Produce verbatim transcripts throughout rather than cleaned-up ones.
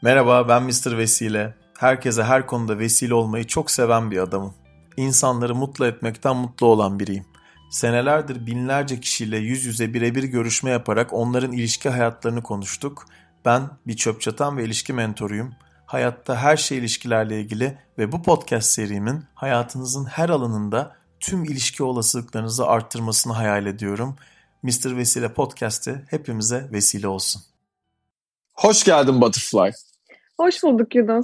Merhaba, ben mister Vesile. Herkese her konuda vesile olmayı çok seven bir adamım. İnsanları mutlu etmekten mutlu olan biriyim. Senelerdir binlerce kişiyle yüz yüze birebir görüşme yaparak onların ilişki hayatlarını konuştuk. Ben bir çöp çatan ve ilişki mentoruyum. Hayatta her şey ilişkilerle ilgili ve bu podcast serimin hayatınızın her alanında tüm ilişki olasılıklarınızı arttırmasını hayal ediyorum. mister Vesile Podcast'ı hepimize vesile olsun. Hoş geldin Butterfly. Hoş bulduk Yunus.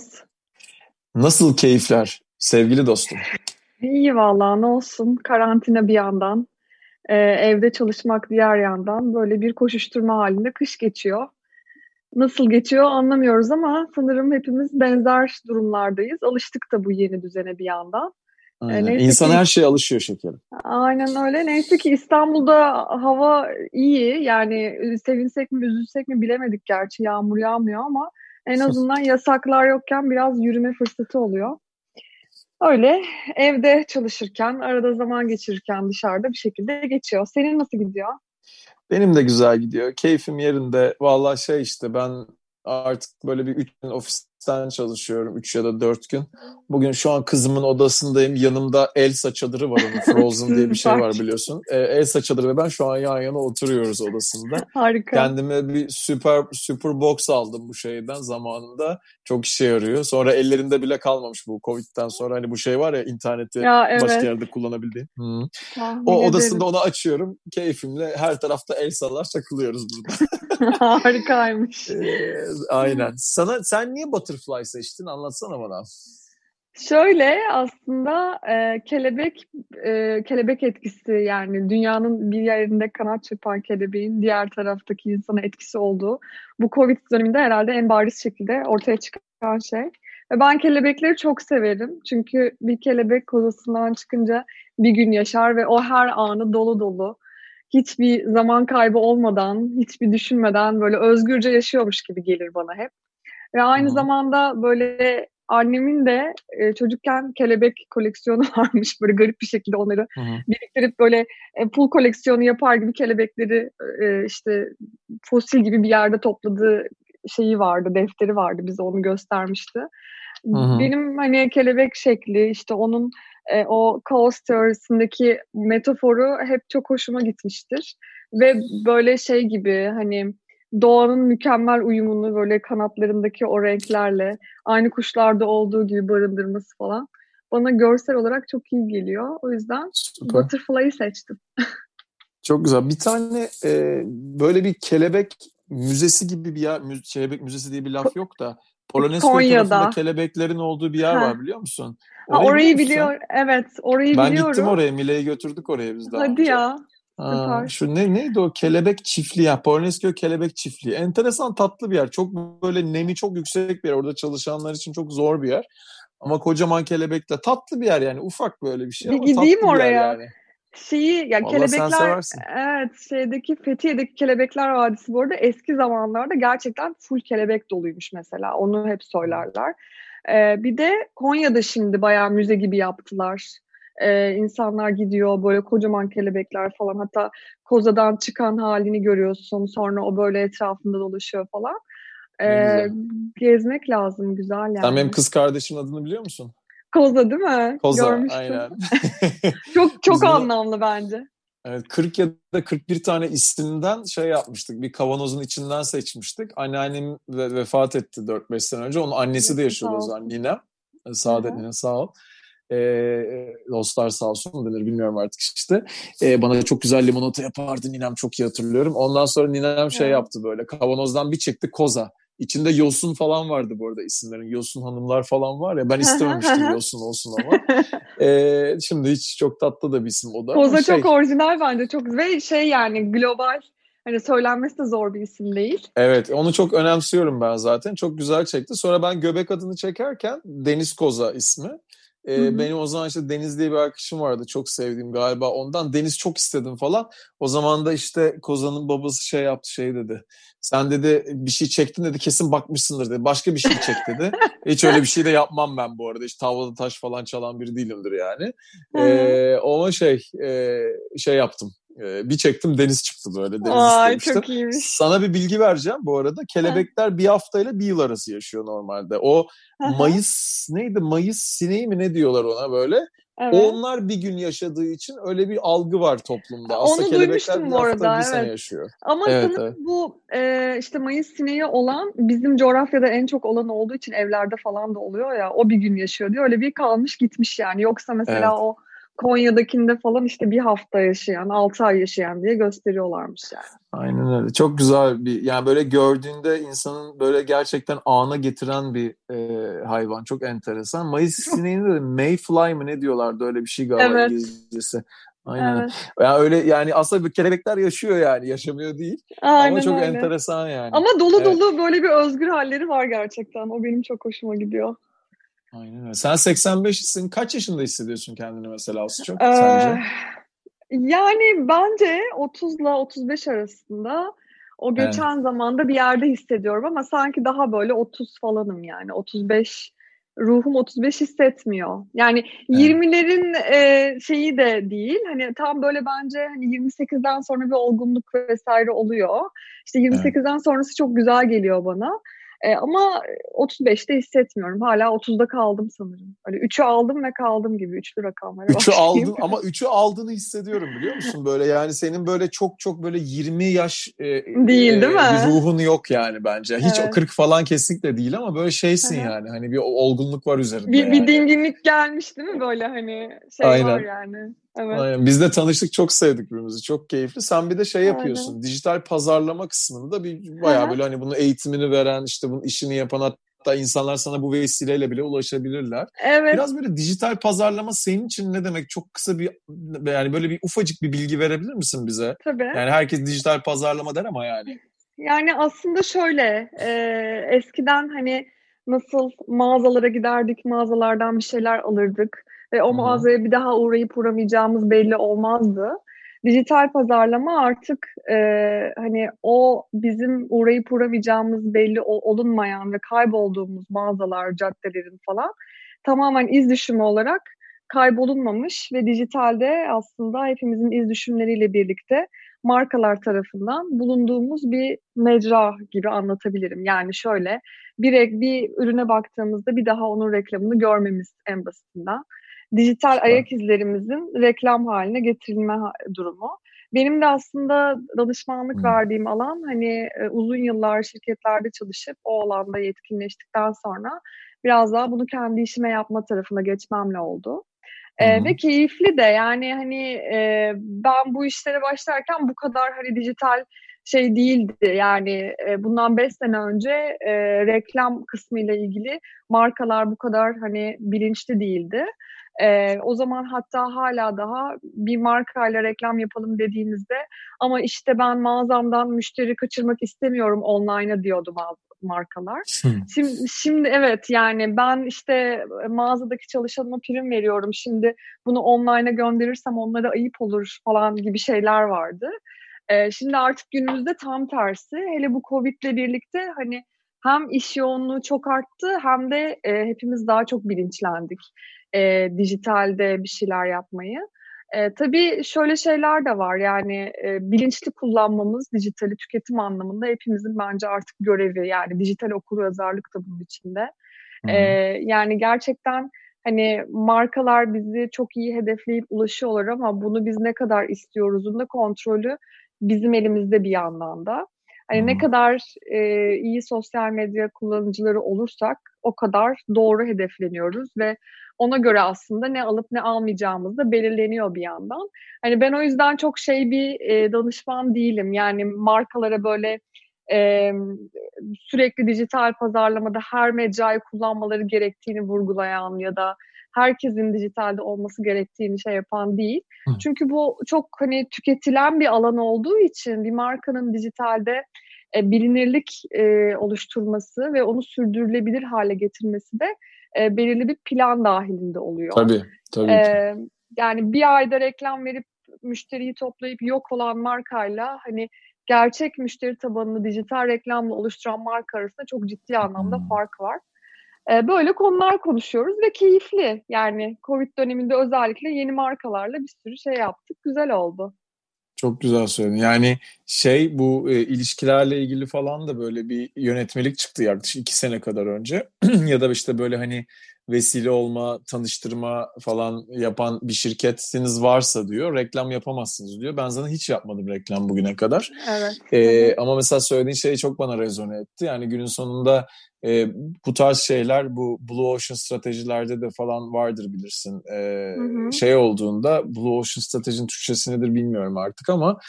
Nasıl keyifler sevgili dostum? İyi vallahi ne olsun. Karantina bir yandan, e, evde çalışmak diğer yandan böyle bir koşuşturma halinde kış geçiyor. Nasıl geçiyor anlamıyoruz ama sanırım hepimiz benzer durumlardayız. Alıştık da bu yeni düzene bir yandan. Aynen. E, İnsan ki, her şeye alışıyor şekerim. Aynen öyle. Neyse ki İstanbul'da hava iyi. Yani sevinsek mi üzülsek mi bilemedik gerçi. Yağmur yağmıyor ama en azından yasaklar yokken biraz yürüme fırsatı oluyor. Öyle evde çalışırken, arada zaman geçirirken dışarıda bir şekilde geçiyor. Senin nasıl gidiyor? Benim de güzel gidiyor. Keyfim yerinde. Vallahi şey işte ben artık böyle bir üç gün ofisten çalışıyorum. Üç ya da dört gün. Bugün şu an kızımın odasındayım. Yanımda Elsa çadırı var. Onun Frozen diye bir şey var biliyorsun. Ee, Elsa çadırı ve ben şu an yan yana oturuyoruz odasında. Harika. Kendime bir süper super box aldım bu şeyden zamanında. Çok işe yarıyor. Sonra ellerinde bile kalmamış bu Covid'den sonra. Hani bu şey var ya interneti ya, evet. Başka yerde kullanabildiğin. Hı. O odasında onu açıyorum. Keyfimle her tarafta Elsa'lar çakılıyoruz burada. Harikaymış. Ee, aynen. Sana sen niye Butterfly seçtin? Anlatsana bana. Şöyle aslında e, kelebek e, kelebek etkisi, yani dünyanın bir yerinde kanat çırpan kelebeğin diğer taraftaki insana etkisi olduğu bu Covid döneminde herhalde en bariz şekilde ortaya çıkan şey. Ve ben kelebekleri çok severim. Çünkü bir kelebek kozasından çıkınca bir gün yaşar ve o her anı dolu dolu. Hiçbir zaman kaybı olmadan, hiçbir düşünmeden böyle özgürce yaşıyormuş gibi gelir bana hep. Ve aynı Hı. zamanda böyle annemin de e, çocukken kelebek koleksiyonu varmış. Böyle garip bir şekilde onları Hı. biriktirip böyle e, pul koleksiyonu yapar gibi kelebekleri e, işte fosil gibi bir yerde topladığı şeyi vardı, defteri vardı. Bize onu göstermişti. Hı. Benim hani kelebek şekli, işte onun e, o kaos teorisindeki metaforu hep çok hoşuma gitmiştir. Ve böyle şey gibi hani doğanın mükemmel uyumunu böyle kanatlarındaki o renklerle aynı kuşlarda olduğu gibi barındırması falan bana görsel olarak çok iyi geliyor. O yüzden Süper. Butterfly'ı seçtim. Çok güzel. Bir tane e, böyle bir kelebek müzesi gibi bir yer, mü, kelebek müzesi diye bir laf yok da Polonezköy tarafında kelebeklerin olduğu bir yer ha. var biliyor musun? Orayı, ha, orayı biliyor. Evet, orayı ben biliyorum. Ben gittim oraya. Mile'yi götürdük oraya biz daha Hadi önce. ya. Aa, şu ne neydi o kelebek çiftliği ya Polonezköy kelebek çiftliği. Enteresan tatlı bir yer. Çok böyle nemi çok yüksek bir yer. Orada çalışanlar için çok zor bir yer. Ama kocaman kelebekle tatlı bir yer yani ufak böyle bir şey bir ama gideyim tatlı oraya. bir yer yani. Şeyi ya kelebekler evet şeydeki Fethiye'deki Kelebekler Vadisi bu arada eski zamanlarda gerçekten full kelebek doluymuş mesela. Onu hep söylerler. Ee, bir de Konya'da şimdi bayağı müze gibi yaptılar. Ee, insanlar gidiyor böyle kocaman kelebekler falan, hatta kozadan çıkan halini görüyorsun, sonra o böyle etrafında dolaşıyor falan. Ee, gezmek lazım, güzel yani. Sen benim kız kardeşimin adını biliyor musun? Koza değil mi? Koza, görmüştüm. Aynen. çok çok bunu, anlamlı bence. Evet, kırk ya da kırk bir tane isimden şey yapmıştık. Bir kavanozun içinden seçmiştik. Anneannem vefat etti dört beş sene önce. Onun annesi evet, de yaşıyordu o zaman, ninem. Saadet nine, sağ ol. Ee, dostlar sağ olsun denir bilmiyorum artık işte. Ee, bana çok güzel limonata yapardı ninem, çok iyi hatırlıyorum. Ondan sonra ninem şey evet. yaptı böyle. Kavanozdan bir çekti koza. İçinde Yosun falan vardı bu arada isimlerin. Yosun hanımlar falan var ya. Ben istememiştim Yosun olsun ama. Ee, şimdi hiç çok tatlı da bir isim o da. Koza şey... çok orijinal bence. Çok ve şey yani global. Hani söylenmesi de zor bir isim değil. Evet, onu çok önemsiyorum ben zaten. Çok güzel çekti. Sonra ben göbek adını çekerken Deniz Koza ismi. Ee, benim o zaman işte Deniz diye bir arkadaşım vardı. Çok sevdiğim galiba ondan. Deniz çok istedim falan. O zaman da işte Koza'nın babası şey yaptı, şey dedi. Sen dedi bir şey çektin dedi, kesin bakmışsındır dedi. Başka bir şey çek dedi. Hiç öyle bir şey de yapmam ben bu arada. Hiç tavlada taş falan çalan biri değilimdir yani. Ee, ama şey e, şey yaptım. Ee, bir çektim deniz çıktı böyle. Deniz Ay istemiştim. çok iyiymiş. Sana bir bilgi vereceğim bu arada. Kelebekler bir haftayla bir yıl arası yaşıyor normalde. O Mayıs neydi? Mayıs sineği mi ne diyorlar ona böyle? Evet. Onlar bir gün yaşadığı için öyle bir algı var toplumda. Aslında Onu kelebekler duymuştum bir bu hafta arada, bir evet. sene yaşıyor. Ama Evet, sanırım evet. bu e, işte Mayıs sineği olan bizim coğrafyada en çok olan olduğu için evlerde falan da oluyor ya, o bir gün yaşıyor diyor. Öyle bir kalmış gitmiş yani. Yoksa mesela Evet. o Konya'dakinde falan işte bir hafta yaşayan, altı ay yaşayan diye gösteriyorlarmış yani. Aynen öyle. Çok güzel bir, yani böyle gördüğünde insanın böyle gerçekten ana getiren bir e, hayvan. Çok enteresan. Mayıs sineğinde de Mayfly mı ne diyorlardı, öyle bir şey galiba Evet. İngilizcesi. Aynen. Evet. Yani öyle, yani aslında bir kelebekler yaşıyor yani, yaşamıyor değil. Aynen Ama çok öyle. enteresan yani. Ama dolu Evet. dolu böyle bir özgür halleri var gerçekten. O benim çok hoşuma gidiyor. Aynen öyle. Sen seksen beşsin. Kaç yaşında hissediyorsun kendini mesela az çok Ee, sence? Yani bence otuzla otuz beş arasında, o Evet. geçen zamanda bir yerde hissediyorum ama sanki daha böyle otuz falanım yani. otuz beş, ruhum otuz beş hissetmiyor. Yani yirmilerin e, şeyi de değil. Hani tam böyle bence hani yirmi sekizden sonra bir olgunluk vesaire oluyor. İşte yirmi sekizden sonrası çok güzel geliyor bana. E, ama otuz beşte hissetmiyorum. Hala otuzda kaldım sanırım. Öyle üçü aldım ve kaldım gibi, üçlü rakamlara Üçü başlayayım. aldın ama üçü aldığını hissediyorum, biliyor musun? Böyle yani senin böyle çok çok böyle yirmi yaş e, Değil, e, değil mi? bir ruhun yok yani bence. Hiç o Evet. kırk falan kesinlikle değil ama böyle şeysin Aha. yani. Hani bir olgunluk var üzerinde Bir, bir yani. dinginlik gelmiş değil mi, böyle hani şey var Aynen. yani. Evet. Aynen. Biz de tanıştık, çok sevdik birbirimizi. Çok keyifli. Sen bir de şey Aynen. yapıyorsun. Dijital pazarlama kısmında bir bayağı Aha. böyle hani bunun eğitimini veren, işte bunun işini yapan, hatta insanlar sana bu vesileyle bile ulaşabilirler. Evet. Biraz böyle dijital pazarlama senin için ne demek? Çok kısa bir, yani böyle bir ufacık bir bilgi verebilir misin bize? Tabii. Yani herkes dijital pazarlama der ama yani. Yani aslında şöyle, e, eskiden hani nasıl mağazalara giderdik, mağazalardan bir şeyler alırdık ve o Hı hı. mağazaya bir daha uğrayıp uğramayacağımız belli olmazdı. Dijital pazarlama artık e, hani o bizim uğrayıp uğramayacağımız belli ol- olunmayan ve kaybolduğumuz mağazalar, caddelerin falan tamamen iz düşümü olarak kaybolunmamış ve dijitalde aslında hepimizin iz düşümleriyle birlikte markalar tarafından bulunduğumuz bir mecra gibi anlatabilirim. Yani şöyle, bir, bir ürüne baktığımızda bir daha onun reklamını görmemiz en basitinden. Dijital Süper. ayak izlerimizin reklam haline getirilme durumu. Benim de aslında danışmanlık Hmm. verdiğim alan, hani uzun yıllar şirketlerde çalışıp o alanda yetkinleştikten sonra biraz daha bunu kendi işime yapma tarafına geçmemle oldu. Ee, ve keyifli de yani hani e, ben bu işlere başlarken bu kadar hani dijital şey değildi yani, e, bundan beş sene önce e, reklam kısmıyla ilgili markalar bu kadar hani bilinçli değildi. E, o zaman hatta hala daha bir markayla reklam yapalım dediğimizde, ama işte ben mağazamdan müşteri kaçırmak istemiyorum online'a diyordu markalar. Şimdi, şimdi evet yani ben işte mağazadaki çalışanıma prim veriyorum. Şimdi bunu online'a gönderirsem onlara ayıp olur falan gibi şeyler vardı. Ee, şimdi artık günümüzde tam tersi. Hele bu Covid'le birlikte hani hem iş yoğunluğu çok arttı hem de e, hepimiz daha çok bilinçlendik e, dijitalde bir şeyler yapmayı. E, tabii şöyle şeyler de var yani, e, bilinçli kullanmamız dijitali tüketim anlamında hepimizin bence artık görevi, yani dijital okuryazarlık da bunun içinde. E, yani gerçekten hani markalar bizi çok iyi hedefleyip ulaşıyorlar ama bunu biz ne kadar istiyoruzun da kontrolü bizim elimizde bir yandan da. Hani Hı-hı. ne kadar e, iyi sosyal medya kullanıcıları olursak o kadar doğru hedefleniyoruz ve ona göre aslında ne alıp ne almayacağımız da belirleniyor bir yandan. Hani ben o yüzden çok şey bir e, danışman değilim. Yani markalara böyle e, sürekli dijital pazarlamada her mecrayı kullanmaları gerektiğini vurgulayan ya da herkesin dijitalde olması gerektiğini şey yapan değil. Hı. Çünkü bu çok hani tüketilen bir alan olduğu için bir markanın dijitalde e, bilinirlik e, oluşturması ve onu sürdürülebilir hale getirmesi de e, belirli bir plan dahilinde oluyor. Tabii, tabii e, ki. Yani bir ayda reklam verip müşteriyi toplayıp yok olan markayla hani gerçek müşteri tabanını dijital reklamla oluşturan marka arasında çok ciddi anlamda Hmm. fark var. Ee, böyle konular konuşuyoruz ve keyifli. Yani Covid döneminde özellikle yeni markalarla bir sürü şey yaptık. Güzel oldu. Çok güzel söyledin. Yani şey bu e, ilişkilerle ilgili falan da böyle bir yönetmelik çıktı yaklaşık iki sene kadar önce. Ya da işte böyle hani vesile olma, tanıştırma falan yapan bir şirketiniz varsa diyor, reklam yapamazsınız diyor. Ben zaten hiç yapmadım reklam bugüne kadar. Evet. Hı E, hı. ama mesela söylediğin şey çok bana rezone etti. Yani günün sonunda e, bu tarz şeyler bu Blue Ocean stratejilerde de falan vardır bilirsin. E, Hı hı. şey olduğunda Blue Ocean stratejinin Türkçesi nedir bilmiyorum artık ama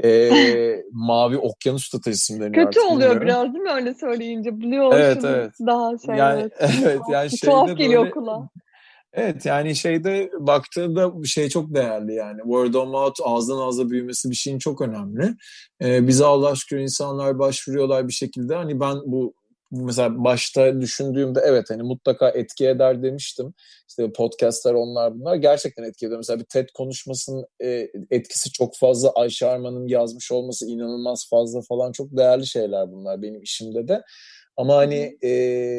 e, mavi okyanus stratejisi mi deniyor Kötü artık oluyor bilmiyorum. biraz değil mi öyle söyleyince? Blue Evet, Ocean evet. daha şey, Yani evet. evet Tuhaf, yani tuhaf şeyde geliyor böyle kulağa. evet yani şeyde baktığında şey çok değerli yani. Word of mouth ağızdan ağza büyümesi bir şeyin çok önemli. Ee, bize Allah'a şükür insanlar başvuruyorlar bir şekilde. Hani ben bu bu mesela başta düşündüğümde evet hani mutlaka etki eder demiştim. İşte podcastlar onlar bunlar gerçekten etki ediyor. Mesela bir TED konuşmasının e, etkisi çok fazla. Ayşe Arman'ın yazmış olması inanılmaz fazla falan çok değerli şeyler bunlar benim işimde de. Ama Hı hani hı. e,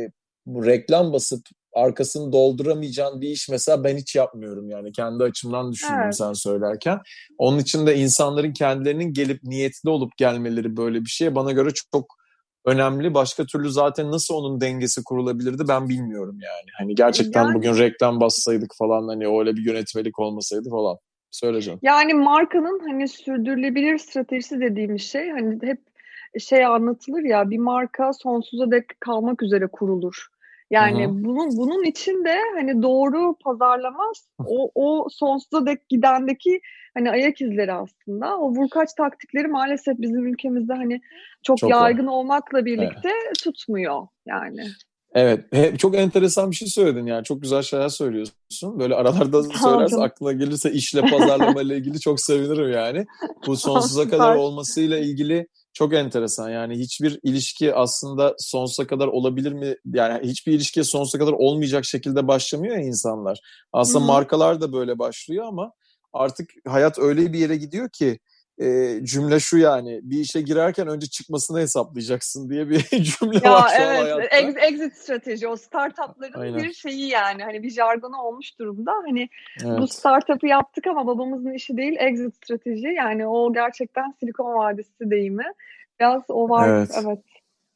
bu reklam basıp arkasını dolduramayacağın bir iş mesela ben hiç yapmıyorum yani. Kendi açımdan düşündüm Evet. sen söylerken. Onun için de insanların kendilerinin gelip niyetli olup gelmeleri böyle bir şeye bana göre çok önemli. Başka türlü zaten nasıl onun dengesi kurulabilirdi ben bilmiyorum yani. Hani gerçekten Yani bugün reklam bassaydık falan hani öyle bir yönetmelik olmasaydı falan. Söyle canım. yani markanın hani sürdürülebilir stratejisi dediğimiz şey hani hep şey anlatılır ya, bir marka sonsuza dek kalmak üzere kurulur. Hı Yani hı. bunun bunun için de hani doğru pazarlama o o sonsuza dek gidendeki hani ayak izleri aslında. O vurkaç taktikleri maalesef bizim ülkemizde hani çok Çok var. yaygın olmakla Evet. birlikte tutmuyor yani. Evet, he- çok enteresan bir şey söyledin yani çok güzel şeyler söylüyorsun. Böyle aralarda Sağ ol söylersen canım. aklına gelirse işle pazarlama ile ilgili çok sevinirim yani. Bu Tamam, sonsuza kadar süper. olmasıyla ilgili çok enteresan. Yani hiçbir ilişki aslında sonsuza kadar olabilir mi? Yani hiçbir ilişkiye sonsuza kadar olmayacak şekilde başlamıyor ya insanlar. Hı Aslında hı. markalar da böyle başlıyor ama artık hayat öyle bir yere gidiyor ki e, cümle şu yani bir işe girerken önce çıkmasını hesaplayacaksın diye bir cümle var Ya şu an evet, hayatta. ex- exit strateji o startupların Aynen. bir şeyi yani hani bir jargonu olmuş durumda. Hani bu Evet. startup'ı yaptık ama babamızın işi değil, exit strateji. Yani o gerçekten Silikon Vadisi deyimi. Biraz o var, Evet. evet.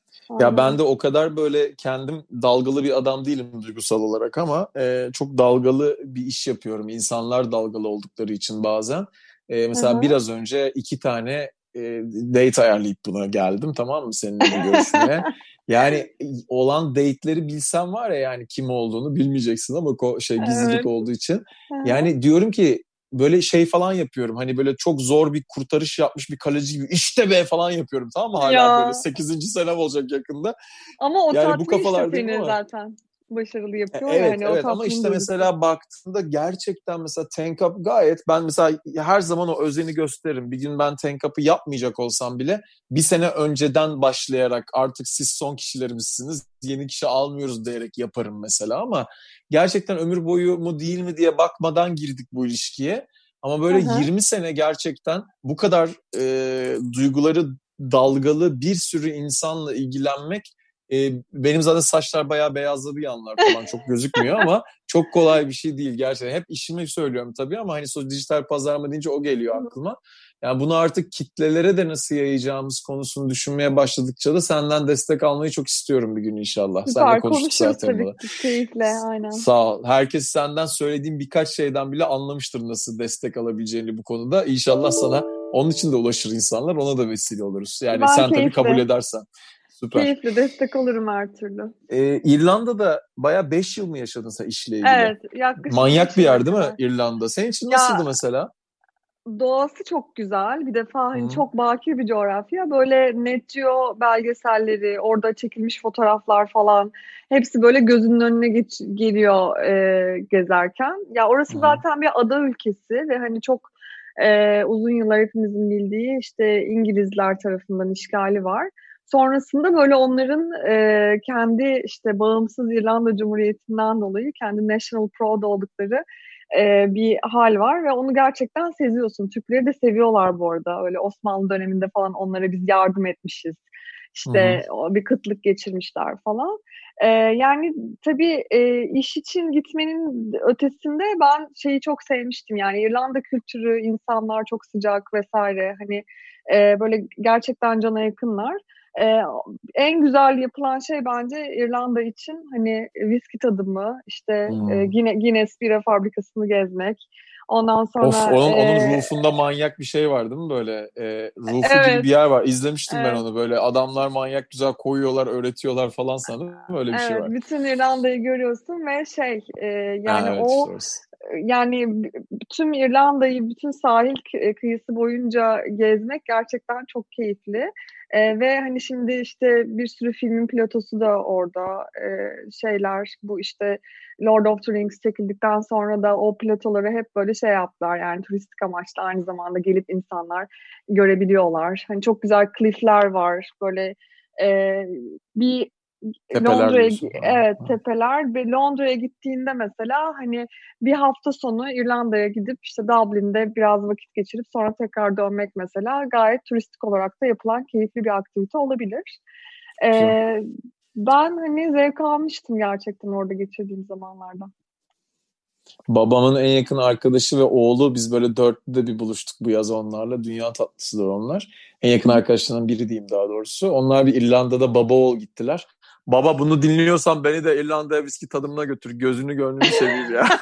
Ya ben Aynen. de o kadar böyle kendim dalgalı bir adam değilim duygusal olarak ama e, çok dalgalı bir iş yapıyorum. İnsanlar dalgalı oldukları için bazen. E, Hı mesela hı. biraz önce iki tane e, date ayarlayıp buna geldim tamam mı seninle bir görüşmeye. Yani olan date'leri bilsem var ya yani kim olduğunu bilmeyeceksin ama ko- şey gizlilik Evet. olduğu için. Hı hı. Yani diyorum ki böyle şey falan yapıyorum. Hani böyle çok zor bir kurtarış yapmış bir kaleci gibi işte be falan yapıyorum tamam mı? Hala böyle Ya sekizinci senem olacak yakında. ama o Yani bu tatmin işte kafalardayım seni ama zaten başarılı e, yapıyor evet yani o evet ama tatmin işte duygusu. mesela baktığında gerçekten mesela Tank Up gayet ben mesela her zaman o özeni gösteririm. Bir gün ben Tank Up'ı yapmayacak olsam bile bir sene önceden başlayarak artık siz son kişilerimizsiniz yeni kişi almıyoruz diyerek yaparım mesela ama gerçekten ömür boyu mu değil mi diye bakmadan girdik bu ilişkiye. Ama Hı böyle hı. yirmi sene gerçekten bu kadar e, duyguları dalgalı bir sürü insanla ilgilenmek e, benim zaten saçlar bayağı beyazladı yanlar falan çok gözükmüyor ama çok kolay bir şey değil gerçekten. Hep işimi söylüyorum tabii ama hani so dijital pazarlama deyince o geliyor aklıma. Yani bunu artık kitlelere de nasıl yayacağımız konusunu düşünmeye başladıkça da senden destek almayı çok istiyorum bir gün inşallah. Seninle Süper, konuştuk konuşuruz zaten tabii bunu. ki keyifle, aynen. Sağ ol. Herkes senden söylediğim birkaç şeyden bile anlamıştır nasıl destek alabileceğini bu konuda. İnşallah sana onun için de ulaşır insanlar. Ona da vesile oluruz. Yani Ben sen tabii kabul keyifle. edersen. Süper. Keyifle destek olurum her türlü. Ee, İrlanda'da bayağı beş yıl mı yaşadın sen işle ilgili? Evet, yaklaşık Manyak beş bir yıla yer değil mi kadar. İrlanda? Senin için nasıldı Ya mesela? doğası çok güzel. Bir defa Hı hani hı. çok bakir bir coğrafya. Böyle Net Geo belgeselleri, orada çekilmiş fotoğraflar falan hepsi böyle gözünün önüne geç, geliyor e, gezerken. Ya Hı orası hı. zaten bir ada ülkesi ve hani çok e, uzun yıllar hepimizin bildiği işte İngilizler tarafından işgali var. Sonrasında böyle onların e, kendi işte bağımsız İrlanda Cumhuriyeti'nden dolayı kendi National Proud oldukları e, bir hal var ve onu gerçekten seziyorsun. Türkleri de seviyorlar bu arada. Öyle Osmanlı döneminde falan onlara biz yardım etmişiz. İşte o bir kıtlık geçirmişler falan. Ee, yani tabii e, iş için gitmenin ötesinde ben şeyi çok sevmiştim. Yani İrlanda kültürü, insanlar çok sıcak vesaire. Hani e, böyle gerçekten cana yakınlar. E, En güzel yapılan şey bence İrlanda için hani viski tadımı, işte e, Hmm. Guinness, Guinness bira fabrikasını gezmek. Ondan Of, sonra onun onun e, roof'unda manyak bir şey var değil mi böyle? E, roof'u gibi evet, bir yer var. İzlemiştim ben evet. onu böyle. Adamlar manyak güzel koyuyorlar, öğretiyorlar falan sanırım. Öyle bir şey Evet, var. bütün İrlanda'yı görüyorsun ve şey e, Ha, yani evet işte o orası. yani b- tüm İrlanda'yı bütün sahil k- kıyısı boyunca gezmek gerçekten çok keyifli. E, ve hani şimdi işte bir sürü filmin pilotosu da orada. E, şeyler bu işte Lord of the Rings çekildikten sonra da o platoları hep böyle şey yaptılar, yani turistik amaçlı aynı zamanda gelip insanlar görebiliyorlar. Hani çok güzel klifler var böyle, e, bir Tepeler Londra'ya, diyorsun. Ha, evet, ha. tepeler. Ve Londra'ya gittiğinde mesela hani bir hafta sonu İrlanda'ya gidip işte Dublin'de biraz vakit geçirip sonra tekrar dönmek mesela gayet turistik olarak da yapılan keyifli bir aktivite olabilir. Güzel. Ee, Ben hani zevk almıştım gerçekten orada geçirdiğim zamanlarda. Babamın en yakın arkadaşı ve oğlu, biz böyle dörtlüde bir buluştuk bu yaz onlarla. Dünya tatlısıdır onlar. En yakın arkadaşlarından biri diyeyim daha doğrusu. Onlar bir İrlanda'da baba oğul gittiler. Baba, bunu dinliyorsan beni de İrlanda'ya viski tadımına götür. Gözünü gönlünü seveyim ya.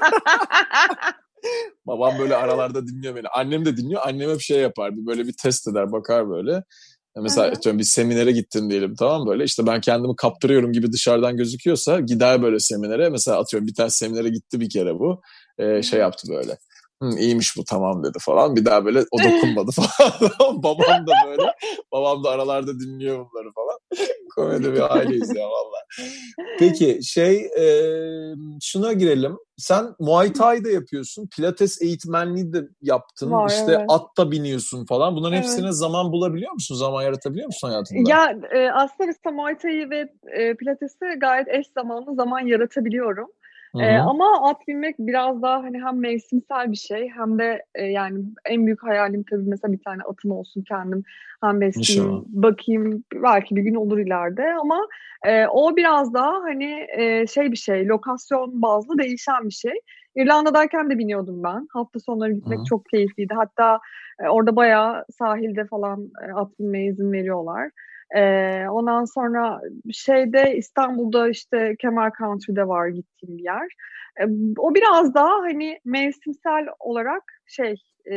Babam böyle aralarda dinliyor beni. Annem de dinliyor. Annem hep şey yapardı. Böyle bir test eder, bakar böyle. Mesela Aha. atıyorum bir seminere gittin diyelim, tamam mı? Böyle işte ben kendimi kaptırıyorum gibi dışarıdan gözüküyorsa gider böyle seminere. Mesela atıyorum bir tane seminere gitti bir kere bu. Ee, şey yaptı böyle. Hı, iyiymiş bu, tamam dedi falan. Bir daha böyle o dokunmadı falan. Babam da böyle. Babam da aralarda dinliyor bunları falan. Komedi bir aileyiz ya valla. Peki şey e, şuna girelim. Sen Muay Thai da yapıyorsun. Pilates eğitmenliği de yaptın. Var, İşte evet. at da biniyorsun falan. Bunların Evet. hepsine zaman bulabiliyor musun? Zaman yaratabiliyor musun hayatında? Ya e, aslında mesela Muay Thai ve e, Pilates'e gayet eş zamanlı zaman yaratabiliyorum. Hı E, hı. ama at binmek biraz daha hani hem mevsimsel bir şey hem de e, yani en büyük hayalim tabii mesela bir tane atım olsun, kendim hem besleyeyim, İnşallah. bakayım, belki bir gün olur ileride. Ama e, o biraz daha hani e, şey bir şey, lokasyon bazlı değişen bir şey. İrlanda'dayken de biniyordum ben. Hafta sonları Hı gitmek hı. çok keyifliydi. Hatta e, orada bayağı sahilde falan e, at binmeye izin veriyorlar. E, ondan sonra şeyde İstanbul'da işte Kemer Country'de var gittiğim bir yer. E, O biraz daha hani mevsimsel olarak şey, e,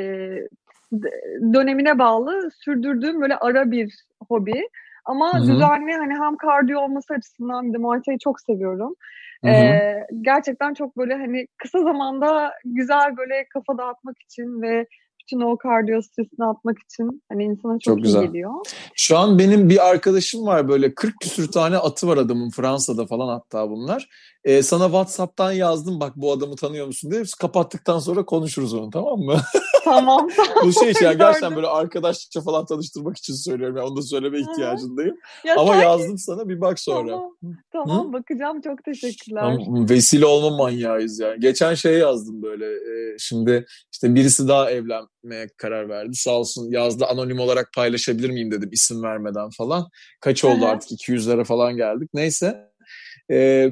dönemine bağlı sürdürdüğüm böyle ara bir hobi. Hı Ama hı. düzenli, hani hem kardiyo olması açısından bir de Muay Thai'yi çok seviyorum. Hı hı. Ee, gerçekten çok böyle hani kısa zamanda güzel böyle kafa dağıtmak için ve bütün o kardiyo stresini atmak için hani insana Çok çok iyi güzel. geliyor. Şu an benim bir arkadaşım var, böyle kırk küsür tane atı var adamın, Fransa'da falan hatta bunlar. Ee, sana WhatsApp'tan yazdım, bak bu adamı tanıyor musun diye. Kapattıktan sonra konuşuruz onu, tamam mı? Tamam, Bu şey işte, yani gerçekten gördüm. böyle arkadaşça falan tanıştırmak için söylüyorum. Yani onu da söyleme Aha. ihtiyacındayım. Ya Ama sanki yazdım sana, bir bak sonra. tamam. Hı? Tamam, bakacağım, çok teşekkürler. Ama vesile olma manyağıyız yani. Geçen şey yazdım böyle. E, şimdi işte birisi daha evlenmeye karar verdi. Sağ olsun yazdı, anonim olarak paylaşabilir miyim dedim, isim vermeden falan. Kaç oldu Aha. artık, iki yüzlere falan geldik. Neyse. Ee,